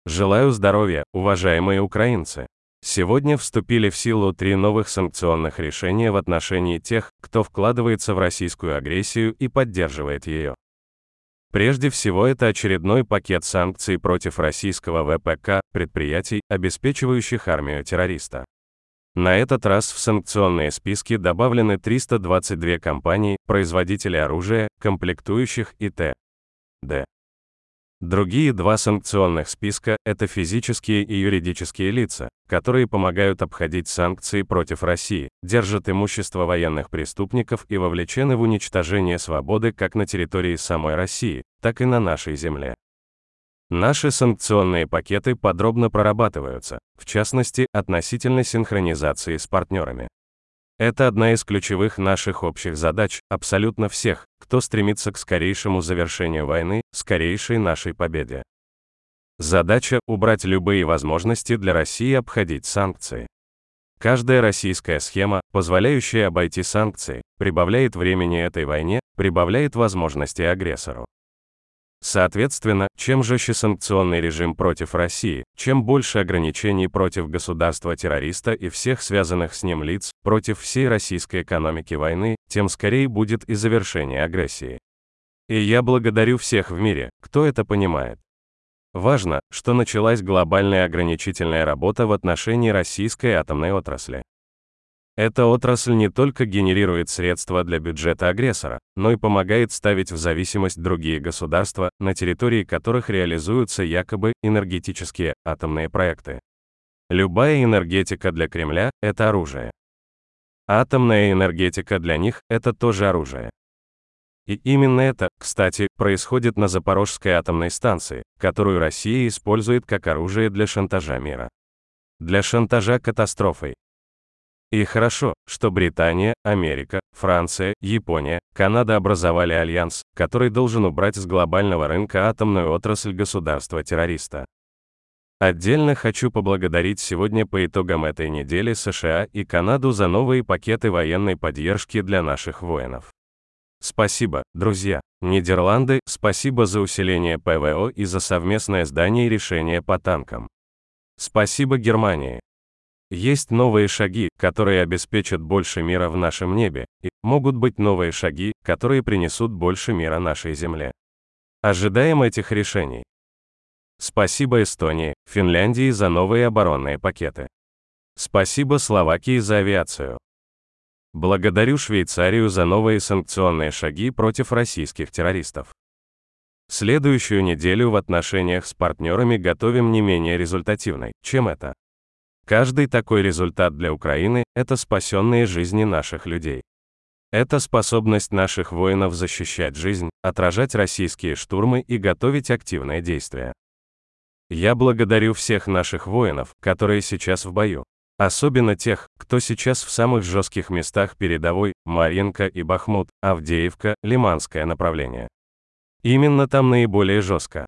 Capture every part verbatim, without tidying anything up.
Желаю здоровья, уважаемые украинцы! Сегодня вступили в силу три новых санкционных решения в отношении тех, кто вкладывается в российскую агрессию и поддерживает ее. Прежде всего, это очередной пакет санкций против российского вэ пэ ка, предприятий, обеспечивающих армию террориста. На этот раз в санкционные списки добавлены триста двадцать две компании, производители оружия, комплектующих и т.д. Другие два санкционных списка – это физические и юридические лица, которые помогают обходить санкции против России, держат имущество военных преступников и вовлечены в уничтожение свободы как на территории самой России, так и на нашей земле. Наши санкционные пакеты подробно прорабатываются, в частности, относительно синхронизации с партнерами. Это одна из ключевых наших общих задач, абсолютно всех, кто стремится к скорейшему завершению войны, скорейшей нашей победе. Задача – убрать любые возможности для России обходить санкции. Каждая российская схема, позволяющая обойти санкции, прибавляет времени этой войне, прибавляет возможности агрессору. Соответственно, чем жестче санкционный режим против России, чем больше ограничений против государства-террориста и всех связанных с ним лиц, против всей российской экономики войны, тем скорее будет и завершение агрессии. И я благодарю всех в мире, кто это понимает. Важно, что началась глобальная ограничительная работа в отношении российской атомной отрасли. Эта отрасль не только генерирует средства для бюджета агрессора, но и помогает ставить в зависимость другие государства, на территории которых реализуются якобы энергетические атомные проекты. Любая энергетика для Кремля – это оружие. Атомная энергетика для них – это тоже оружие. И именно это, кстати, происходит на Запорожской атомной станции, которую Россия использует как оружие для шантажа мира. Для шантажа катастрофой. И хорошо, что Британия, Америка, Франция, Япония, Канада образовали альянс, который должен убрать с глобального рынка атомную отрасль государства-террориста. Отдельно хочу поблагодарить сегодня по итогам этой недели США и Канаду за новые пакеты военной поддержки для наших воинов. Спасибо, друзья. Нидерланды, спасибо за усиление пэ вэ о и за совместное сдание решения по танкам. Спасибо Германии. Есть новые шаги, которые обеспечат больше мира в нашем небе, и могут быть новые шаги, которые принесут больше мира нашей земле. Ожидаем этих решений. Спасибо Эстонии, Финляндии за новые оборонные пакеты. Спасибо Словакии за авиацию. Благодарю Швейцарию за новые санкционные шаги против российских террористов. Следующую неделю в отношениях с партнерами готовим не менее результативной, чем это. Каждый такой результат для Украины – это спасенные жизни наших людей. Это способность наших воинов защищать жизнь, отражать российские штурмы и готовить активные действия. Я благодарю всех наших воинов, которые сейчас в бою. Особенно тех, кто сейчас в самых жестких местах передовой, Марьинка и Бахмут, Авдеевка, Лиманское направление. Именно там наиболее жестко.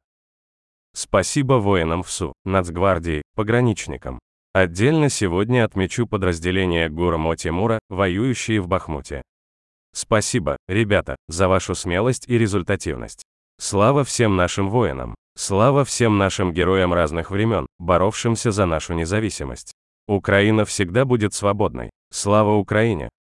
Спасибо воинам ВСУ, Нацгвардии, пограничникам. Отдельно сегодня отмечу подразделения ГУРМО Тимура, воюющие в Бахмуте. Спасибо, ребята, за вашу смелость и результативность. Слава всем нашим воинам. Слава всем нашим героям разных времен, боровшимся за нашу независимость. Украина всегда будет свободной. Слава Украине!